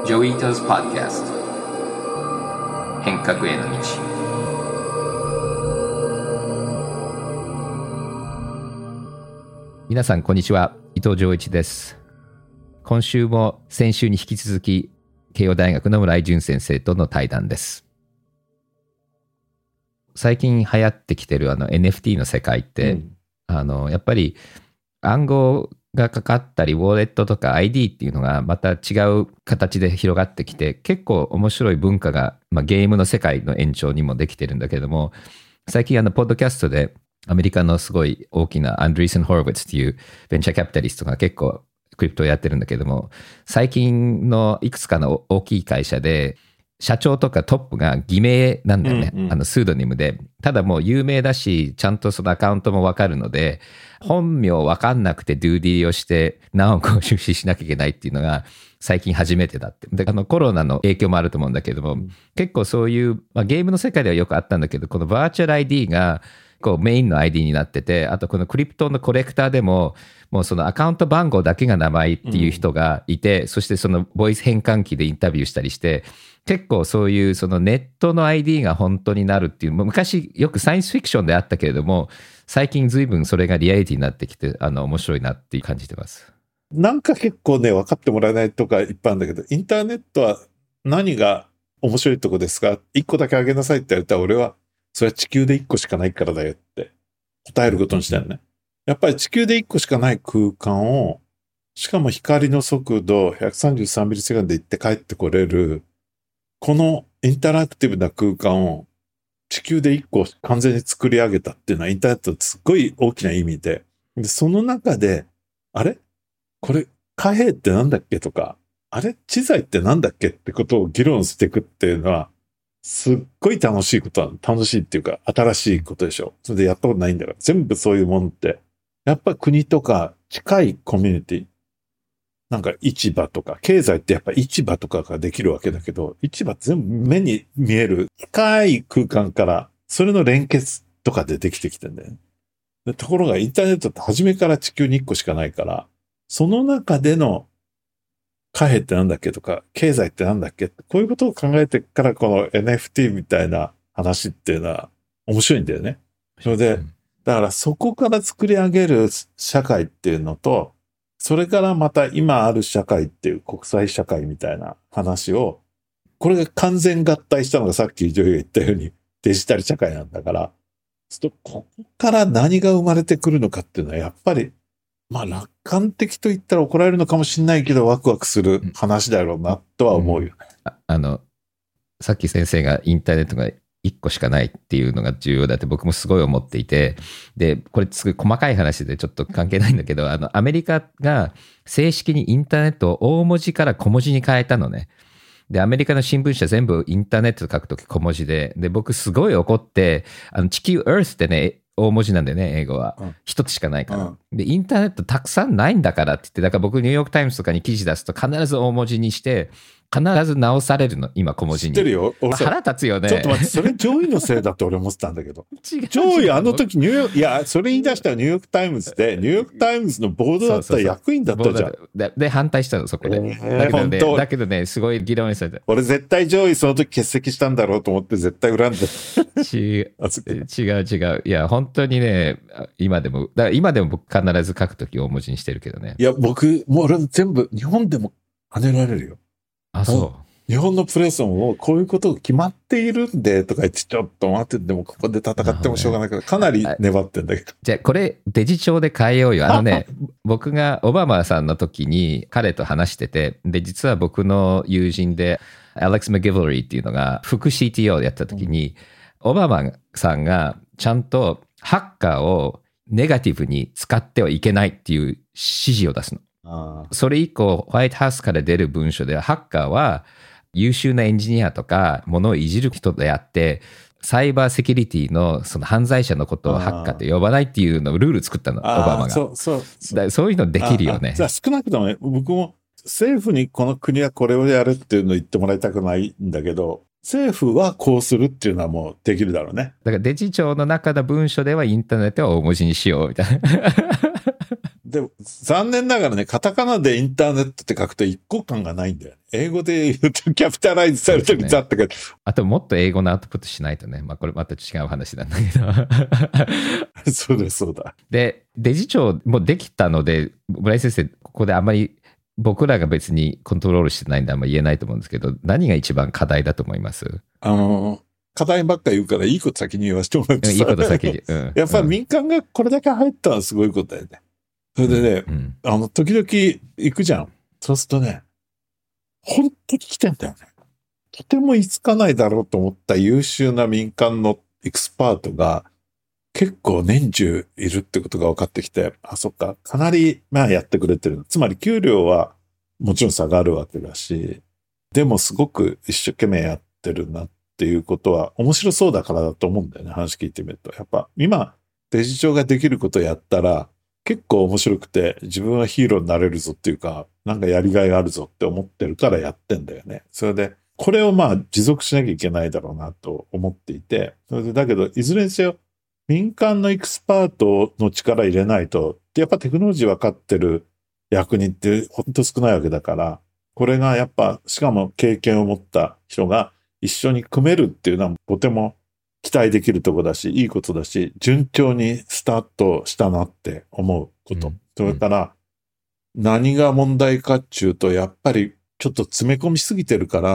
ジョイートズ・ポッドキャスト変革への道。 皆さんこんにちは、伊藤浄一です。今週も先週に引き続き慶応大学の村井淳先生との対談です。最近流行ってきてるNFT の世界って、やっぱり暗号がかかったりウォレットとか ID っていうのがまた違う形で広がってきて、結構面白い文化が、ゲームの世界の延長にもできてるんだけども、最近ポッドキャストでアメリカのすごい大きなアンドリーセン・ホロウィッツっていうベンチャーキャピタリストが結構クリプトをやってるんだけども、最近のいくつかの大きい会社で社長とかトップが偽名なんだよね、スードニムで。ただもう有名だし、ちゃんとそのアカウントも分かるので、本名分かんなくてデューディーをして何億を出資しなきゃいけないっていうのが最近初めてだって。でコロナの影響もあると思うんだけども、結構そういう、ゲームの世界ではよくあったんだけど、このバーチャル ID がこうメインの ID になってて、あとこのクリプトのコレクターでももうそのアカウント番号だけが名前っていう人がいて、そしてそのボイス変換器でインタビューしたりして、結構そういうそのネットの ID が本当になるっていう、昔よくサイエンスフィクションであったけれども、最近随分それがリアリティになってきて面白いなって感じてます。 なんか結構ね、分かってもらえないとかいっぱいあるんだけど、インターネットは何が面白いとこですか？一個だけあげなさいって言われたら、俺はそれは地球で一個しかないからだよって答えることにしたよね。やっぱり地球で一個しかない空間を、しかも光の速度133ミリセカンドで行って帰ってこれる、このインタラクティブな空間を地球で一個完全に作り上げたっていうのはインターネットってすっごい大きな意味で、その中で、あれこれ貨幣ってなんだっけとか、あれ知財ってなんだっけってことを議論していくっていうのは、すっごい楽しいことは、楽しいっていうか新しいことでしょ。それでやったことないんだから、全部そういうもんって、やっぱ国とか近いコミュニティ、なんか市場とか、経済ってやっぱ市場とかができるわけだけど、市場全部目に見える近い空間から、それの連結とかでできてきてんだよね。ところがインターネットって初めから地球に1個しかないから、その中での貨幣ってなんだっけとか、経済ってなんだっけこういうことを考えてからこの NFT みたいな話っていうのは面白いんだよね。それで、だからそこから作り上げる社会っていうのと、それからまた今ある社会っていう国際社会みたいな話を、これが完全合体したのがさっきジョイが言ったようにデジタル社会なんだから、ここから何が生まれてくるのかっていうのはやっぱり、楽観的と言ったら怒られるのかもしれないけどワクワクする話だろうなとは思うよね。 さっき先生がインターネットが1個しかないっていうのが重要だって僕もすごい思っていて、でこれすごい細かい話でちょっと関係ないんだけど、アメリカが正式にインターネットを大文字から小文字に変えたのね。でアメリカの新聞社全部インターネットと書くとき小文字で、僕すごい怒って、地球 Earth ってね大文字なんだよね、英語は。一つしかないから。で、インターネットたくさんないんだからって言って、だから僕ニューヨークタイムズとかに記事出すと必ず大文字にして、必ず直されるの、今小文字に。 知ってるよ。 腹立つよね。 ちょっと待って、それ上位のせいだって俺思ってたんだけど。上位あの時ニューヨーク、いや、それ言い出したらニューヨークタイムズで、ニューヨークタイムズのボードだった役員だったじゃん。 で、反対したの、そこで。だけどね、すごい議論されて。 俺絶対上位その時欠席したんだろうと思って絶対恨んで。 違う。いや、本当にね、今でも僕必ず書くとき大文字にしてるけどね。 いや、もう俺全部、日本でも跳ねられるよ。 あ、そう。 日本のプレスもこういうことが決まっているんで、とか言って、ちょっと待って、でもここで戦ってもしょうがないから、かなり粘ってんだけど。 じゃあ、これ、デジ帳で変えようよ。僕がオバマさんの時に彼と話してて、で、実は僕の友人で、アレックス・マギブリーっていうのが、副 CTO でやった時に、オバマさんがちゃんとハッカーをネガティブに使ってはいけないっていう指示を出すの。それ以降、ホワイトハウスから出る文書では、ハッカーは優秀なエンジニアとか、物をいじる人であって、サイバーセキュリティのその犯罪者のことをハッカーって呼ばないっていうのをルール作ったの、オバマが。そういうのできるよね。 じゃあ少なくともね、僕も政府にこの国はこれをやるっていうのを言ってもらいたくないんだけど、政府はこうするっていうのはもうできるだろうね。 だからデジ庁の中の文書ではインターネットは大文字にしようみたいな。 でも残念ながらね、カタカナでインターネットって書くと一個感がないんだよね。英語で言うとキャピタライズされてるってあったけど、 あともっと英語のアウトプットしないとね、まあこれまた違う話なんだけど。 そうだそうだ。 で、デジ庁もできたので、村井先生、ここであんまり僕らが別にコントロールしてないんであんま言えないと思うんですけど、何が一番課題だと思います？ 課題ばっか言うからいいこと先に言わせてもらってさ。 いいこと先に。 やっぱり民間がこれだけ入ったのはすごいことだよね。それでね、時々行くじゃん。そうするとね、本当に来てんだよね。とても居つかないだろうと思った優秀な民間のエキスパートが結構年中いるってことが分かってきて、あ、そっか、かなりまあやってくれてる。つまり給料はもちろん下がるわけだし、でもすごく一生懸命やってるなっていうことは面白そうだからだと思うんだよね。話聞いてみると。やっぱ今デジ庁ができることをやったら結構面白くて自分はヒーローになれるぞっていうか、なんかやりがいがあるぞって思ってるからやってんだよね。それでこれをまあ持続しなきゃいけないだろうなと思っていて、それでだけどいずれにせよ民間のエキスパートの力入れないと、やっぱテクノロジー分かってる役人ってほんと少ないわけだから、これがやっぱ、しかも経験を持った人が一緒に組めるっていうのはとても期待できるところだし、いいことだし、順調にスタートしたなって思うこと。それから、何が問題かっていうと、やっぱりちょっと詰め込みしすぎてるから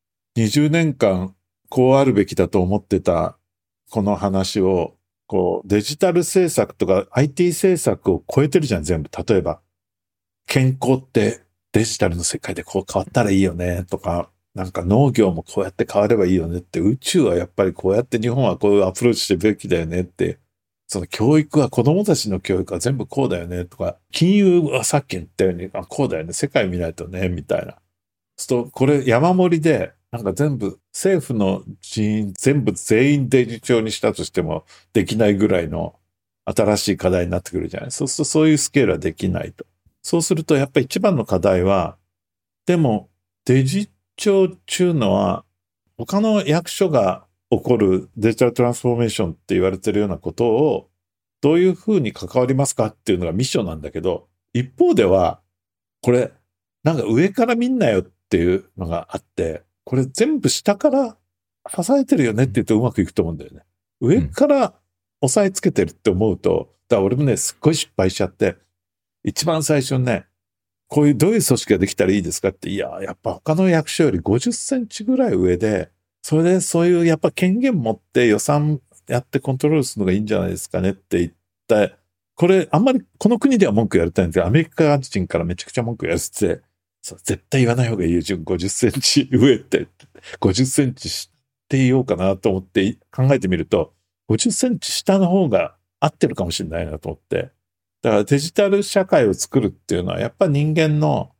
、20年間こうあるべきだと思ってたこの話を、こうデジタル政策とか IT 政策を超えてるじゃん、全部。例えば、健康ってデジタルの世界でこう変わったらいいよねとか、なんか農業もこうやって変わればいいよねって、宇宙はやっぱりこうやって日本はこういうアプローチしてべきだよねって、その教育は子供たちの教育は全部こうだよねとか、金融はさっき言ったようにこうだよね、世界見ないとね、みたいな。そうするとこれ山盛りで、なんか全部政府の人員全員デジ庁にしたとしてもできないぐらいの新しい課題になってくるじゃない。そうするとそういうスケールはできないと。そうするとやっぱり一番の課題は、でもデジ庁っていうのは他の役所が起こるデジタルトランスフォーメーションって言われてるようなことをどういうふうに関わりますかっていうのがミッションなんだけど、一方ではこれなんか上から見んなよっていうのがあって、これ全部下から支えてるよねって言うとうまくいくと思うんだよね。上から押さえつけてるって思うと、だから俺もね、すっごい失敗しちゃって、一番最初にね、こういうどういう組織ができたらいいですかって、いや、やっぱ他の役所より50センチぐらい上で、それでそういうやっぱ権限持って予算やってコントロールするのがいいんじゃないですかねって言った、これあんまりこの国では文句言われたんですけど、アメリカ人からめちゃくちゃ文句言われてて、絶対言わない方がいいよ、50センチ上って。50センチしていようかなと思って考えてみると、50センチ下の方が合ってるかもしれないなと思って。だからデジタル社会を作るっていうのは、やっぱ人間の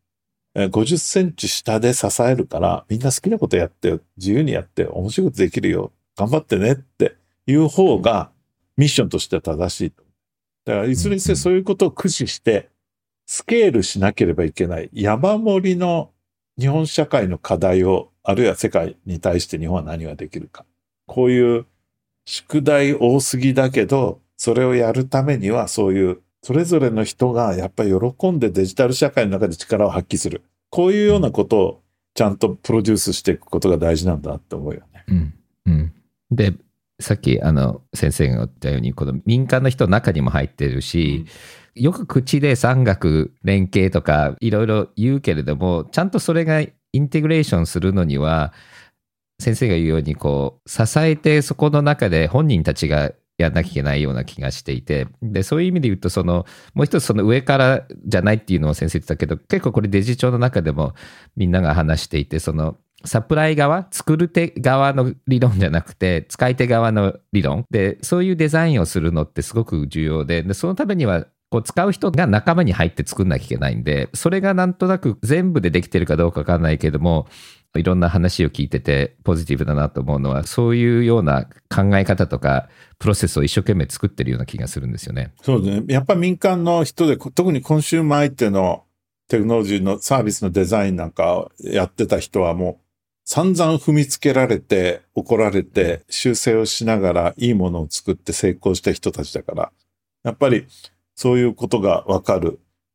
50センチ下で支えるから、みんな好きなことやってよ、自由にやって面白いことできるよ、頑張ってねっていう方がミッションとしては正しいと。だからいずれにせよそういうことを駆使して、スケールしなければいけない山盛りの日本社会の課題を、あるいは世界に対して日本は何ができるか。こういう宿題多すぎだけど、それをやるためにはそういうそれぞれの人がやっぱり喜んでデジタル社会の中で力を発揮する。こういうようなことをちゃんとプロデュースしていくことが大事なんだって思うよね。 で、さっき先生が言ったようにこの民間の人の中にも入ってるし、よく口で産学連携とかいろいろ言うけれども、ちゃんとそれがインテグレーションするのには先生が言うようにこう支えて、そこの中で本人たちがやんなきゃいけないような気がしていて、でそういう意味で言うともう一つ上からじゃないっていうのを先生言ってたけど、結構これデジ庁の中でもみんなが話していて、サプライ側、作る手側の理論じゃなくて使い手側の理論で、そういうデザインをするのってすごく重要で、そのためにはこう使う人が仲間に入って作んなきゃいけないんで、それがなんとなく全部でできてるかどうかわかんないけども、いろんな話を聞いててポジティブだなと思うのは、そういうような考え方とかプロセスを一生懸命作ってるような気がするんですよね。 そうですね。やっぱ民間の人で、特にコンシューマー相手のテクノロジーのサービスのデザインなんかやってた人はもう散々踏みつけられて怒られて修正をしながらいいものを作って成功した人たちだから、やっぱりそういうことがわかる。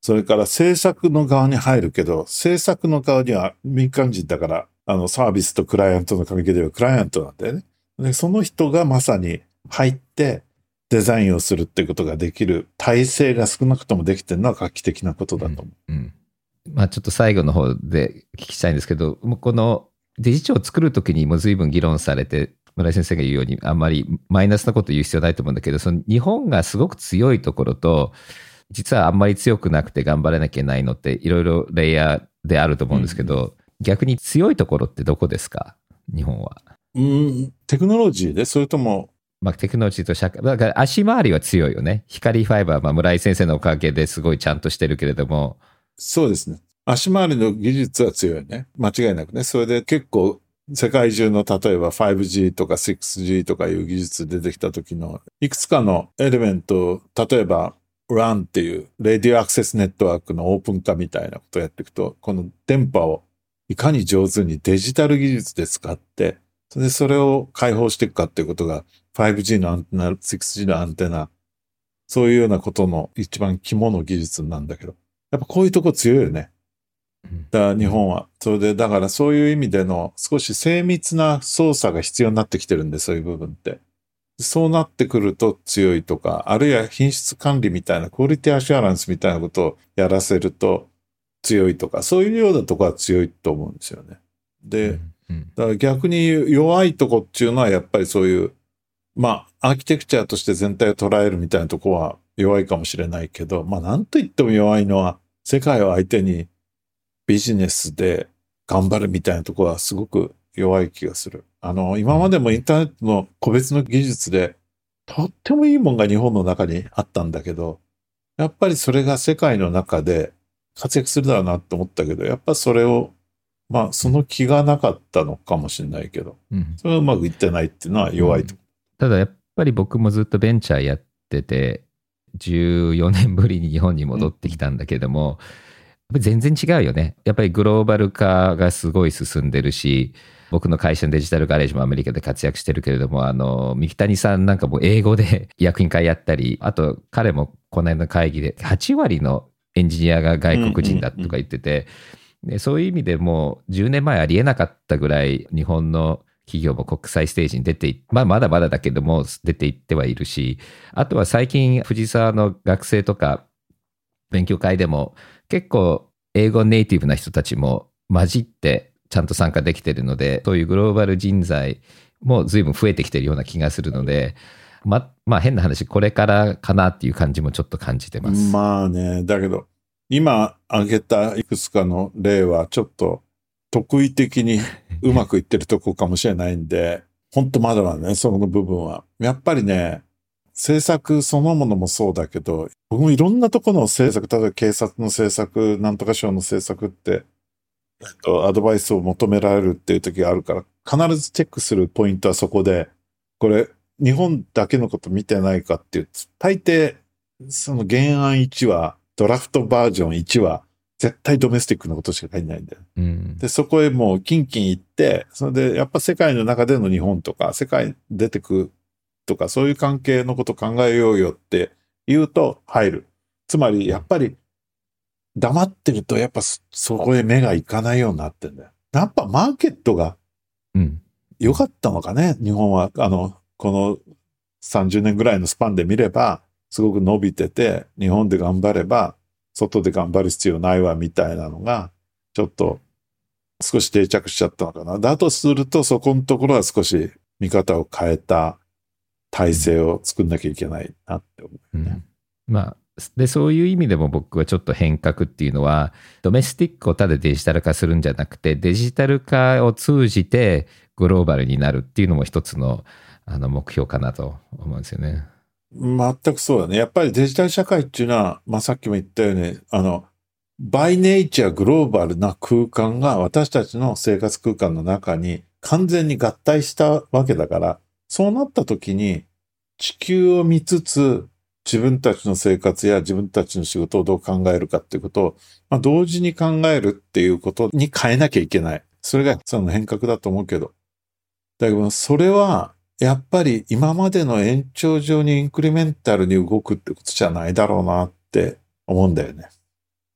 それから制作の側に入るけど、制作の側には民間人だから、サービスとクライアントの関係ではクライアントなんだよね。で、その人がまさに入ってデザインをするっていうことができる体制が少なくともできてるのは画期的なことだと思う。 まあちょっと最後の方で聞きたいんですけど、もうこのデジ庁を作るときにも随分議論されて、村井先生が言うようにあんまりマイナスなこと言う必要ないと思うんだけど、その日本がすごく強いところと、実はあんまり強くなくて頑張らなきゃいけないのっていろいろレイヤーであると思うんですけど、逆に強いところってどこですか、日本は。 テクノロジーで、それとも、 まあ、テクノロジーと社会、だから足回りは強いよね。光ファイバー、まあ、村井先生のおかげですごいちゃんとしてるけれども。 そうですね。足回りの技術は強いね。間違いなくね。それで結構世界中の例えば 5G とか 6G とかいう技術出てきた時のいくつかのエレメント、例えば RAN っていうレディオアクセスネットワークのオープン化みたいなことをやっていくと、この電波をいかに上手にデジタル技術で使って、それを開放していくかっていうことが 5G のアンテナ、6G のアンテナ、そういうようなことの一番肝の技術なんだけど、やっぱこういうとこ強いよね。だから日本は。それで、だからそういう意味での少し精密な操作が必要になってきてるんで、そういう部分って。そうなってくると強いとか、あるいは品質管理みたいな、クオリティアシュアランスみたいなことをやらせると強いとか、そういうようなところは強いと思うんですよね。で、だから逆に弱いとこっていうのはやっぱりそういう、まあ、アーキテクチャとして全体を捉えるみたいなところは弱いかもしれないけど、まあ、なんと言っても弱いのは、世界を相手にビジネスで頑張るみたいなところはすごく弱い気がする。今までもインターネットの個別の技術で、とってもいいもんが日本の中にあったんだけど、やっぱりそれが世界の中で活躍するだろうなと思ったけど、やっぱそれを、まあ、その気がなかったのかもしれないけど、それはうまくいってないっていうのは弱いと。 ただやっぱり僕もずっとベンチャーやってて、14年ぶりに日本に戻ってきたんだけども、全然違うよね。やっぱりグローバル化がすごい進んでるし、僕の会社のデジタルガレージもアメリカで活躍してるけれども、三木谷さんなんかも英語で役員会やったり、あと彼もこの間の会議で8割のエンジニアが外国人だとか言ってて、でそういう意味でもう10年前ありえなかったぐらい日本の企業も国際ステージに出てまだまだだけども出ていってはいるし、あとは最近藤沢の学生とか勉強会でも結構英語ネイティブな人たちも混じってちゃんと参加できているので、そういうグローバル人材も随分増えてきているような気がするので、まあ変な話、これからかなっていう感じもちょっと感じてます。 まあね、だけど今挙げたいくつかの例はちょっと特異的にうまくいってるとこかもしれないんで、本当まだまだね、その部分は。やっぱりね、政策そのものもそうだけど、僕もいろんなところの政策、例えば警察の政策、なんとか省の政策って、アドバイスを求められるっていう時があるから、必ずチェックするポイントはそこで、これ、日本だけのこと見てないかっていう、大抵、その原案1は、ドラフトバージョン1は、絶対ドメスティックのことしか書いてないんだよ。で、そこへもうキンキン行って、それでやっぱ世界の中での日本とか、世界に出てくとか、そういう関係のこと考えようよって言うと入る。つまり、やっぱり黙ってると、やっぱそこへ目がいかないようになってんだよ。やっぱマーケットが良かったのかね、日本は。この30年ぐらいのスパンで見れば、すごく伸びてて、日本で頑張れば、外で頑張る必要ないわみたいなのが、ちょっと少し定着しちゃったのかな。だとすると、そこのところは少し見方を変えた体制を作んなきゃいけないなって思う、ね。 まあ、で、そういう意味でも僕はちょっと変革っていうのは、ドメスティックをただデジタル化するんじゃなくて、デジタル化を通じてグローバルになるっていうのも一つの目標かなと思うんですよね。 全くそうだね。やっぱりデジタル社会っていうのは、まあ、さっきも言ったように、バイネイチャーグローバルな空間が私たちの生活空間の中に完全に合体したわけだから、そうなった時に地球を見つつ自分たちの生活や自分たちの仕事をどう考えるかっていうことを、まあ、同時に考えるっていうことに変えなきゃいけない。それがその変革だと思うけど。だけど、それはやっぱり今までの延長上にインクリメンタルに動くってことじゃないだろうなって思うんだよね。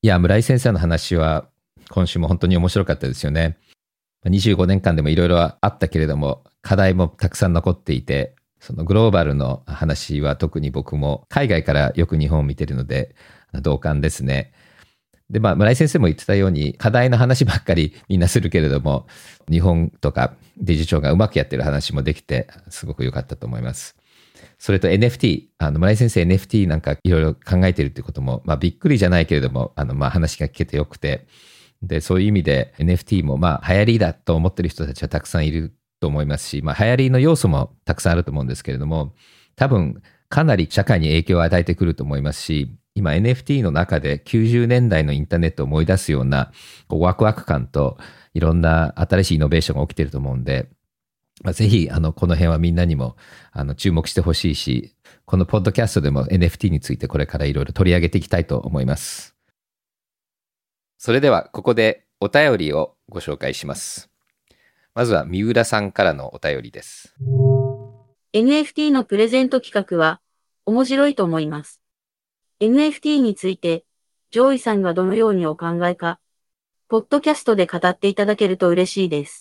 いや、村井先生の話は今週も本当に面白かったですよね。25年間でもいろいろあったけれども、課題もたくさん残っていて、そのグローバルの話は特に僕も海外からよく日本を見ているので同感ですね。で、村井先生も言ってたように課題の話ばっかりみんなするけれども、日本とかデジ庁がうまくやってる話もできてすごく良かったと思います。それと NFT、村井先生 NFT なんかいろいろ考えてるってことも、びっくりじゃないけれども、話が聞けてよくて、で、そういう意味で NFT も流行りだと思ってる人たちはたくさんいると思いますし、流行りの要素もたくさんあると思うんですけれども、多分かなり社会に影響を与えてくると思いますし、今 NFT の中で90年代のインターネットを思い出すようなワクワク感といろんな新しいイノベーションが起きていると思うんで、ぜひこの辺はみんなにも注目してほしいし、このポッドキャストでも NFT についてこれからいろいろ取り上げていきたいと思います。それではここでお便りをご紹介します。まずは三浦さんからのお便りです。 NFT のプレゼント企画は面白いと思います。NFT について、ジョイさんがどのようにお考えか、ポッドキャストで語っていただけると嬉しいです。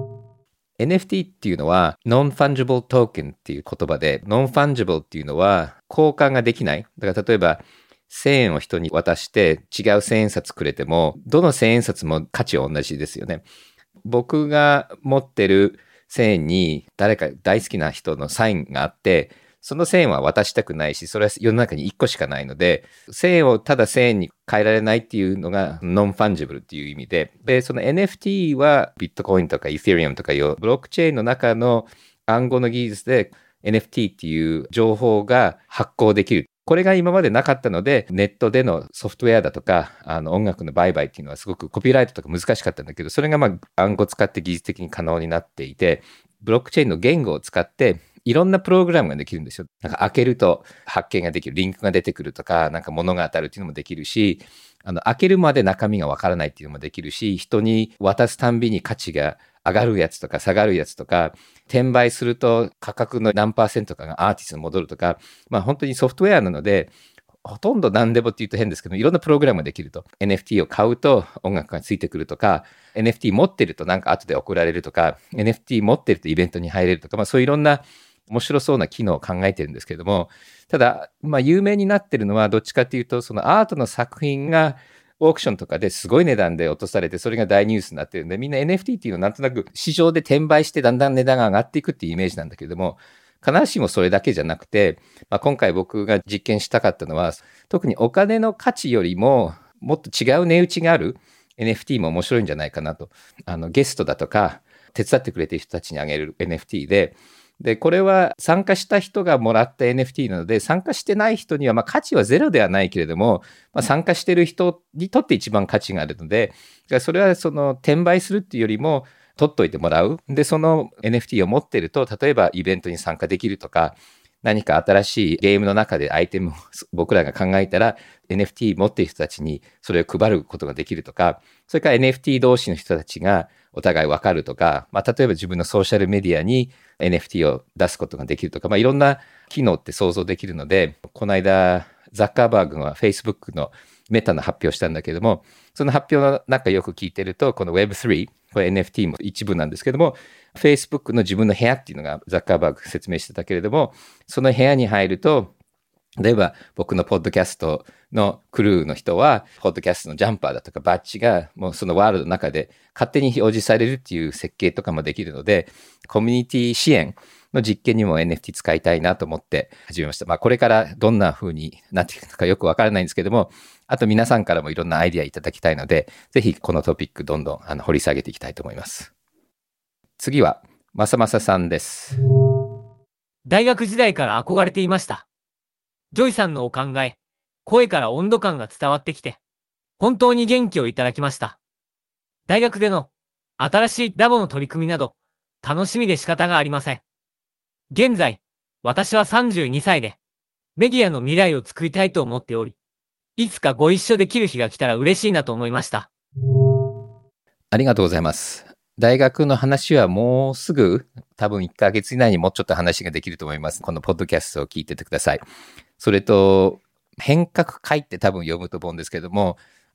NFT っていうのは Non-Fungible Token っていう言葉で、Non-Fungible っていうのは交換ができない。だから例えば1000円を人に渡して違う1000円札くれても、どの1000円札も価値は同じですよね。僕が持ってる1000円に誰か大好きな人のサインがあって、その1000円は渡したくないし、それは世の中に1個しかないので、1000円をただ1000円に変えられないっていうのがノンファンジブルっていう意味で、その NFT はビットコインとかイーセリアムとかいうブロックチェーンの中の暗号の技術で NFT っていう情報が発行できる。これが今までなかったので、ネットでのソフトウェアだとか、音楽の売買っていうのはすごくコピーライトとか難しかったんだけど、それが暗号を使って技術的に可能になっていて、ブロックチェーンの言語を使っていろんなプログラムができるんですよ。なんか開けると発見ができる、リンクが出てくるとか、なんか物が当たるっていうのもできるし、開けるまで中身がわからないっていうのもできるし、人に渡すたんびに価値が上がるやつとか下がるやつとか、転売すると価格の何%かがアーティストに戻るとか、本当にソフトウェアなので、ほとんど何でもって言うと変ですけど、いろんなプログラムができると。NFT を買うと音楽がついてくるとか、NFT 持ってるとなんか後で送られるとか、NFT 持ってるとイベントに入れるとか、そういういろんな面白そうな機能を考えてるんですけれども、ただ、有名になってるのはどっちかっていうと、そのアートの作品がオークションとかですごい値段で落とされて、それが大ニュースになってるんで、みんな NFT っていうのはなんとなく市場で転売してだんだん値段が上がっていくっていうイメージなんだけれども、必ずしもそれだけじゃなくて、今回僕が実験したかったのは、特にお金の価値よりももっと違う値打ちがある NFT も面白いんじゃないかなと。ゲストだとか手伝ってくれている人たちにあげる NFT で、これは参加した人がもらった NFT なので、参加してない人には価値はゼロではないけれども、参加してる人にとって一番価値があるので、それはその転売するっていうよりも取っといてもらう。で、その NFT を持ってると、例えばイベントに参加できるとか、何か新しいゲームの中でアイテムを僕らが考えたら NFT 持っている人たちにそれを配ることができるとか、それから NFT 同士の人たちがお互い分かるとか、例えば自分のソーシャルメディアに NFT を出すことができるとか、いろんな機能って想像できるので、この間ザッカーバーグが Facebook のメタの発表したんだけども、その発表の中よく聞いてると、この Web3、これ NFT も一部なんですけども、Facebook の自分の部屋っていうのがザッカーバーグ説明してたけれども、その部屋に入ると、例えば僕のポッドキャストのクルーの人は、ポッドキャストのジャンパーだとかバッジがもうそのワールドの中で勝手に表示されるっていう設計とかもできるので、コミュニティ支援の実験にも NFT 使いたいなと思って始めました。これからどんな風になっていくのかよくわからないんですけども、あと皆さんからもいろんなアイディアいただきたいので、ぜひこのトピックどんどん掘り下げていきたいと思います。次はまさまささんです。 大学時代から憧れていました。ジョイさんのお考え、声から温度感が伝わってきて、本当に元気をいただきました。大学での新しいラボの取り組みなど、楽しみで仕方がありません。現在、私は32歳で、メディアの未来を作りたいと思っており、いつかご一緒できる日が来たら嬉しいなと思いました。 ありがとうございます。大学の話はもうすぐ、多分1ヶ月以内にもうちょっと話ができると思います。このポッドキャストを聞いててください。それと、変革会って多分読むと思うんですけども、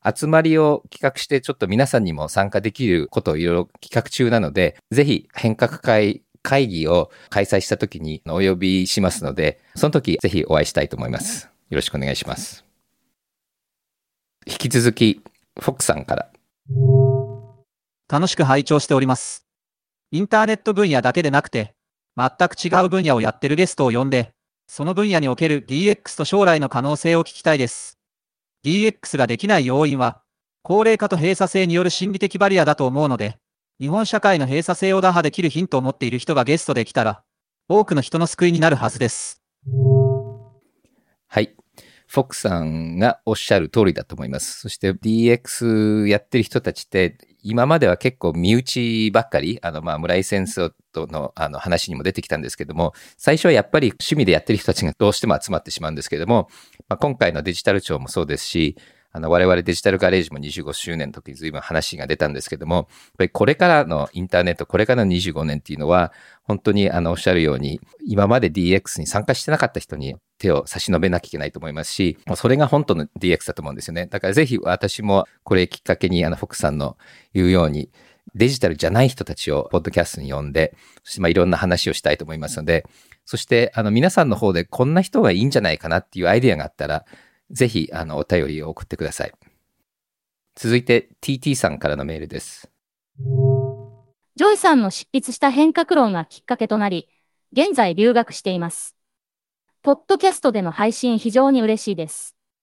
集まりを企画してちょっと皆さんにも参加できることをいろいろ企画中なので、ぜひ変革会議を開催した時にお呼びしますので、その時ぜひお会いしたいと思います。よろしくお願いします。引き続き、フォックさんから。 楽しく拝聴しております。インターネット分野だけでなくて、全く違う分野をやってるゲストを呼んで、その分野における DX と将来の可能性を聞きたいです。DX ができない要因は、高齢化と閉鎖性による心理的バリアだと思うので、日本社会の閉鎖性を打破できるヒントを持っている人がゲストで来たら、多くの人の救いになるはずです。 はい。フォックさんがおっしゃる通りだと思います。そして DX やってる人たちって、今までは結構身内ばっかり、村井先生との話にも出てきたんですけども、最初はやっぱり趣味でやってる人たちがどうしても集まってしまうんですけども、今回のデジタル庁もそうですし、我々デジタルガレージも25周年の時に随分話が出たんですけども、やっぱりこれからのインターネット、これからの25年っていうのは、本当におっしゃるように、今まで DX に参加してなかった人に手を差し伸べなきゃいけないと思いますし、それが本当の DX だと思うんですよね。だからぜひ私もこれきっかけにフォックさんの言うように、デジタルじゃない人たちをポッドキャストに呼んで、そしていろんな話をしたいと思いますので、そして皆さんの方でこんな人がいいんじゃないかなっていうアイデアがあったら、ぜひお便りを送ってください。続いて TT さんからのメールです。 ジョイさんの執筆した変革論がきっかけとなり、現在留学しています。ポッドキャストでの配信非常に嬉しいです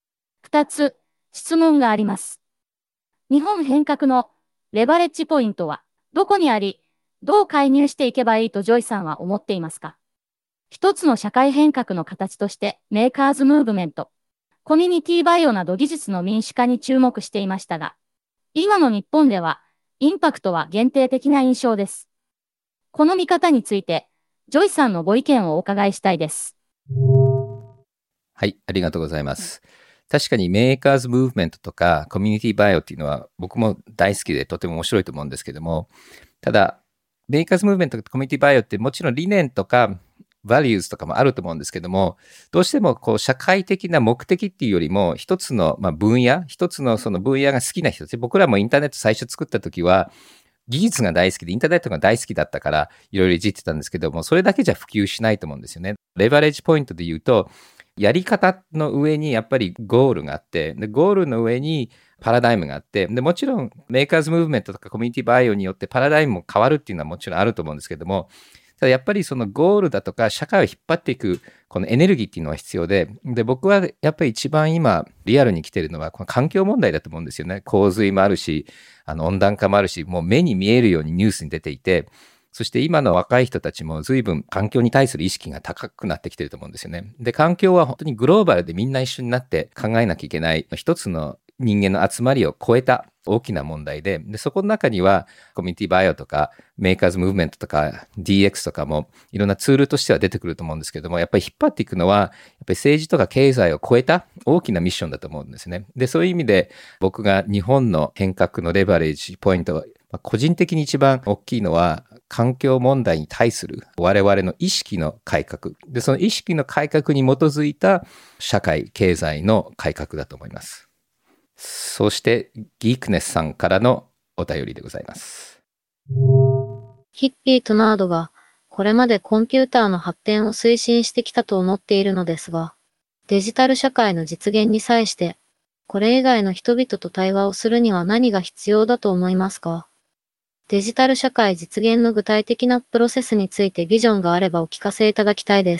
。2つ質問があります。日本変革のレバレッジポイントはどこにあり、どう介入していけばいいとジョイさんは思っていますか？一つの社会変革の形としてメーカーズムーブメント、コミュニティバイオなど技術の民主化に注目していましたが、今の日本ではインパクトは限定的な印象です。この見方について、ジョイさんのご意見をお伺いしたいです。 はい、ありがとうございます。確かにメーカーズムーブメントとかコミュニティバイオっていうのは僕も大好きでとても面白いと思うんですけども、ただ、メーカーズムーブメントとかコミュニティバイオってもちろん理念とかバリューズとかもあると思うんですけども、どうしても社会的な目的っていうよりも一つの分野、一つのその分野が好きな人たち、僕らもインターネット最初作った時は技術が大好きでインターネットが大好きだったからいろいろいじってたんですけども、それだけじゃ普及しないと思うんですよね。レバレッジポイントで言うと、やり方の上にやっぱりゴールがあって、でゴールの上にパラダイムがあって、でもちろんメーカーズムーブメントとかコミュニティバイオによってパラダイムも変わるっていうのはもちろんあると思うんですけども、ただやっぱりそのゴールだとか社会を引っ張っていくこのエネルギーっていうのは必要で、僕はやっぱり一番今リアルに来てるのはこの環境問題だと思うんですよね。洪水もあるし、温暖化もあるし、もう目に見えるようにニュースに出ていて、そして今の若い人たちも随分環境に対する意識が高くなってきてると思うんですよね。で、環境は本当にグローバルでみんな一緒になって考えなきゃいけない一つの人間の集まりを超えた大きな問題で、そこの中にはコミュニティバイオとかメーカーズムーブメントとか DX とかもいろんなツールとしては出てくると思うんですけども、やっぱり引っ張っていくのはやっぱり政治とか経済を超えた大きなミッションだと思うんですね。で、そういう意味で僕が日本の変革のレバレッジポイント、個人的に一番大きいのは環境問題に対する我々の意識の改革で、その意識の改革に基づいた社会経済の改革だと思います。そしてギークネスさんからのお便りでございます。 ヒッピーとナードがこれまでコンピューターの発展を推進してきたと思っているのですが、デジタル社会の実現に際してこれ以外の人々と対話をするには何が必要だと思いますか？デジタル社会実現の具体的なプロセスについてビジョンがあればお聞かせいただきたいです。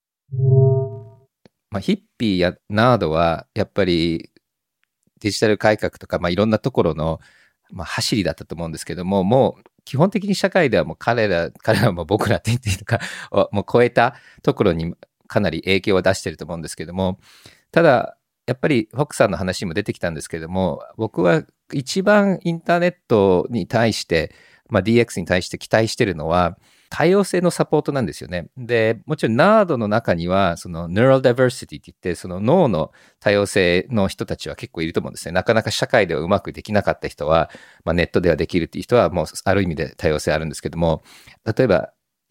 ヒッピーやナードはやっぱりデジタル改革とか、いろんなところの、走りだったと思うんですけども、もう基本的に社会ではもう彼らも僕らって言っていいのかもう超えたところにかなり影響を出していると思うんですけども、ただやっぱりフォックさんの話にも出てきたんですけども、僕は一番インターネットに対して、DX に対して期待しているのは多様性のサポートなんですよね。で、もちろん NARD の中にはその Neural Diversity って言って、その脳の多様性の人たちは結構いると思うんですね。なかなか社会ではうまくできなかった人は、ネットではできるっていう人はもうある意味で多様性あるんですけども、例えば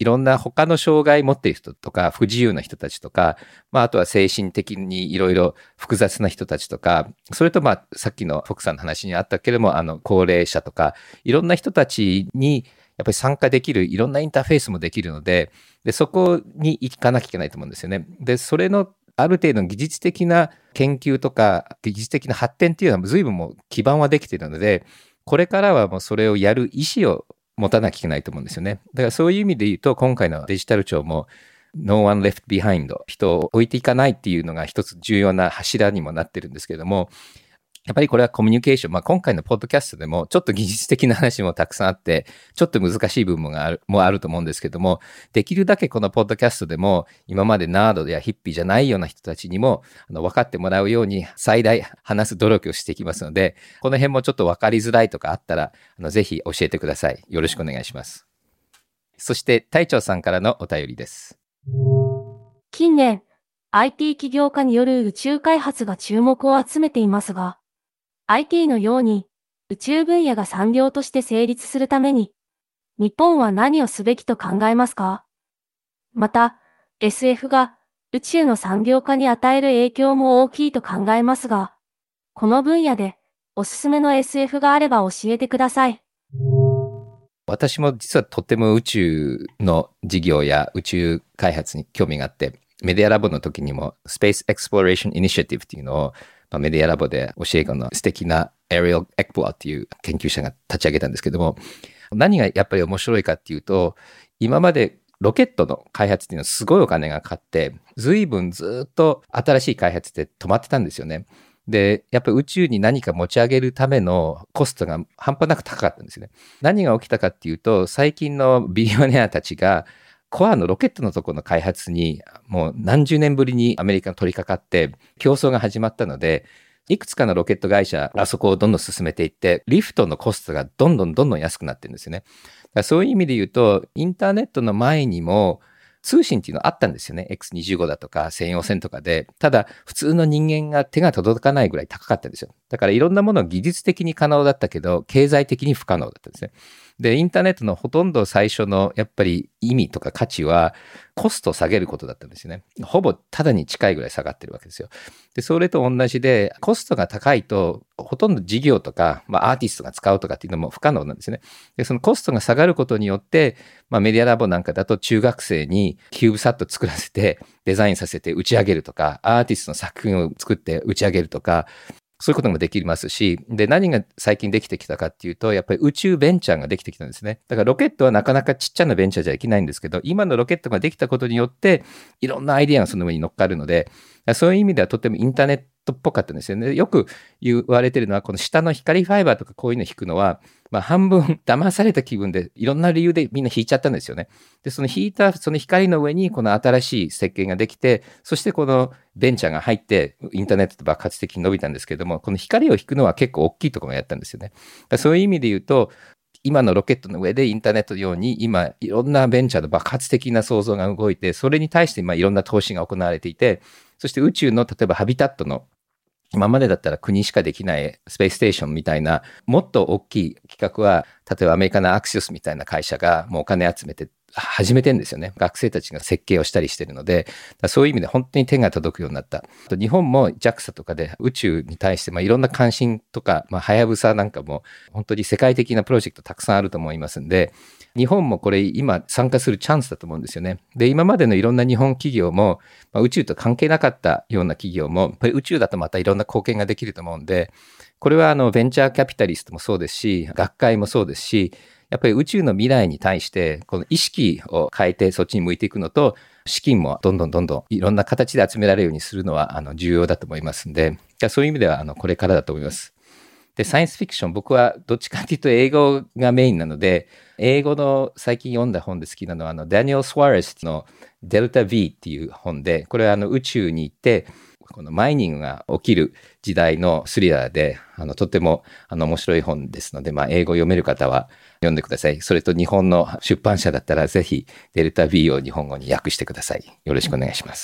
いろんな他の障害持っている人とか、不自由な人たちとか、あとは精神的にいろいろ複雑な人たちとか、それとさっきのフォクさんの話にあったけれども、高齢者とか、いろんな人たちにやっぱり参加できる、いろんなインターフェースもできるので、そこに行かなきゃいけないと思うんですよね。で、それのある程度の技術的な研究とか、技術的な発展っていうのは随分もう基盤はできているので、これからはもうそれをやる意思を持たなきゃいけないと思うんですよね。だからそういう意味で言うと、今回のデジタル庁も No one left behind、 人を置いていかないっていうのが一つ重要な柱にもなってるんですけれども、やっぱりこれはコミュニケーション、今回のポッドキャストでもちょっと技術的な話もたくさんあって、ちょっと難しい部分もあると思うんですけども、できるだけこのポッドキャストでも今までナードやヒッピーじゃないような人たちにも分かってもらうように最大話す努力をしていきますので、この辺もちょっと分かりづらいとかあったらぜひ教えてください。よろしくお願いします。そして隊長さんからのお便りです。 近年、IT 起業家による宇宙開発が注目を集めていますが、IT のように宇宙分野が産業として成立するために、日本は何をすべきと考えますか？また、SF が宇宙の産業化に与える影響も大きいと考えますが、この分野でおすすめの SF があれば教えてください。 私も実はとっても宇宙の事業や宇宙開発に興味があって、メディアラボの時にも Space Exploration Initiative っていうのをメディアラボで教え子の素敵なエリオ・エクポアっていう研究者が立ち上げたんですけども、何がやっぱり面白いかっていうと、今までロケットの開発っていうのはすごいお金がかかって、随分ずっと新しい開発って止まってたんですよね。で、やっぱり宇宙に何か持ち上げるためのコストが半端なく高かったんですよね。何が起きたかっていうと、最近のビリオネアたちがコアのロケットのところの開発にもう何十年ぶりにアメリカが取り掛かって競争が始まったので、いくつかのロケット会社あそこをどんどん進めていって、リフトのコストがどんどん安くなってるんですよね。だからそういう意味で言うと、インターネットの前にも通信っていうのあったんですよね。X25 だとか専用線とかで。ただ普通の人間が手が届かないぐらい高かったんですよ。だからいろんなものが技術的に可能だったけど、経済的に不可能だったんですね。で、インターネットのほとんど最初のやっぱり意味とか価値はコストを下げることだったんですよね。ほぼただに近いぐらい下がってるわけですよ。で、それと同じでコストが高いとほとんど事業とか、アーティストが使うとかっていうのも不可能なんですね。で、そのコストが下がることによって、メディアラボなんかだと中学生にキューブサット作らせてデザインさせて打ち上げるとか、アーティストの作品を作って打ち上げるとか、そういうこともできますし、で、何が最近できてきたかっていうと、やっぱり宇宙ベンチャーができてきたんですね。だからロケットはなかなかちっちゃなベンチャーじゃできないんですけど、今のロケットができたことによって、いろんなアイデアがその上に乗っかるので、そういう意味ではとてもインターネットっぽかったんですよね。よく言われてるのは、この下の光ファイバーとかこういうの引くのは、半分騙された気分でいろんな理由でみんな引いちゃったんですよね。で、その引いたその光の上にこの新しい設計ができて、そしてこのベンチャーが入ってインターネットで爆発的に伸びたんですけども、この光を引くのは結構大きいところがやったんですよね。そういう意味で言うと、今のロケットの上でインターネットのように今いろんなベンチャーの爆発的な創造が動いて、それに対していろんな投資が行われていて、そして宇宙の例えばハビタットの今までだったら国しかできないスペースステーションみたいなもっと大きい企画は、例えばアメリカのアクシスみたいな会社がもうお金集めて始めてんですよね。学生たちが設計をしたりしてるので、そういう意味で本当に手が届くようになった。日本も JAXA とかで宇宙に対していろんな関心とか、はやぶさなんかも本当に世界的なプロジェクトたくさんあると思いますんで、日本もこれ今参加するチャンスだと思うんですよね。で、今までのいろんな日本企業も、宇宙と関係なかったような企業も、やっぱり宇宙だとまたいろんな貢献ができると思うんで、これはベンチャーキャピタリストもそうですし、学会もそうですし、やっぱり宇宙の未来に対してこの意識を変えてそっちに向いていくのと、資金もどんどんいろんな形で集められるようにするのは重要だと思いますんで、そういう意味ではこれからだと思います。で、サイエンスフィクション、僕はどっちかというと英語がメインなので、英語の最近読んだ本で好きなのはダニエル・スワレスのデルタ V っていう本で、これは宇宙に行ってこのマイニングが起きる時代のスリラーで、とても面白い本ですので、英語読める方は読んでください。それと日本の出版社だったらぜひデルタ V を日本語に訳してください。よろしくお願いします。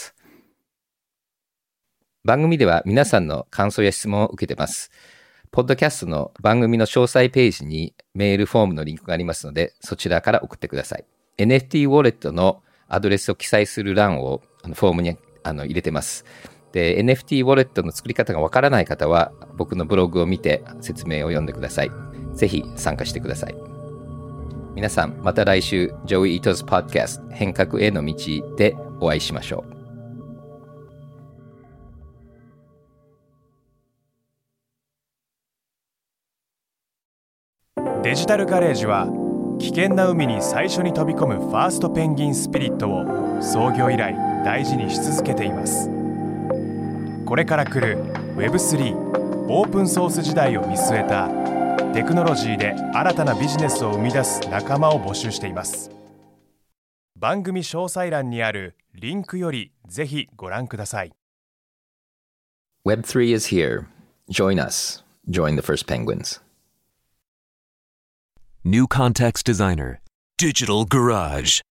番組では皆さんの感想や質問を受けてます。ポッドキャストの番組の詳細ページにメールフォームのリンクがありますので、そちらから送ってください。 NFT ウォレットのアドレスを記載する欄をフォームに入れてます。で、NFT ウォレットの作り方がわからない方は、僕のブログを見て説明を読んでください。ぜひ参加してください。皆さん、また来週、Joey Ito's Podcast 変革への道でお会いしましょう。デジタルガレージは、危険な海に最初に飛び込むファーストペンギンスピリットを創業以来大事にし続けています。これから来る Web3 オープンソース時代を見据えたテクノロジーで新たなビジネスを生み出す仲間を募集しています。番組詳細欄にあるリンクよりぜひご覧ください。 Web3 is here. Join us. Join the first penguins. New Context Designer, Digital Garage.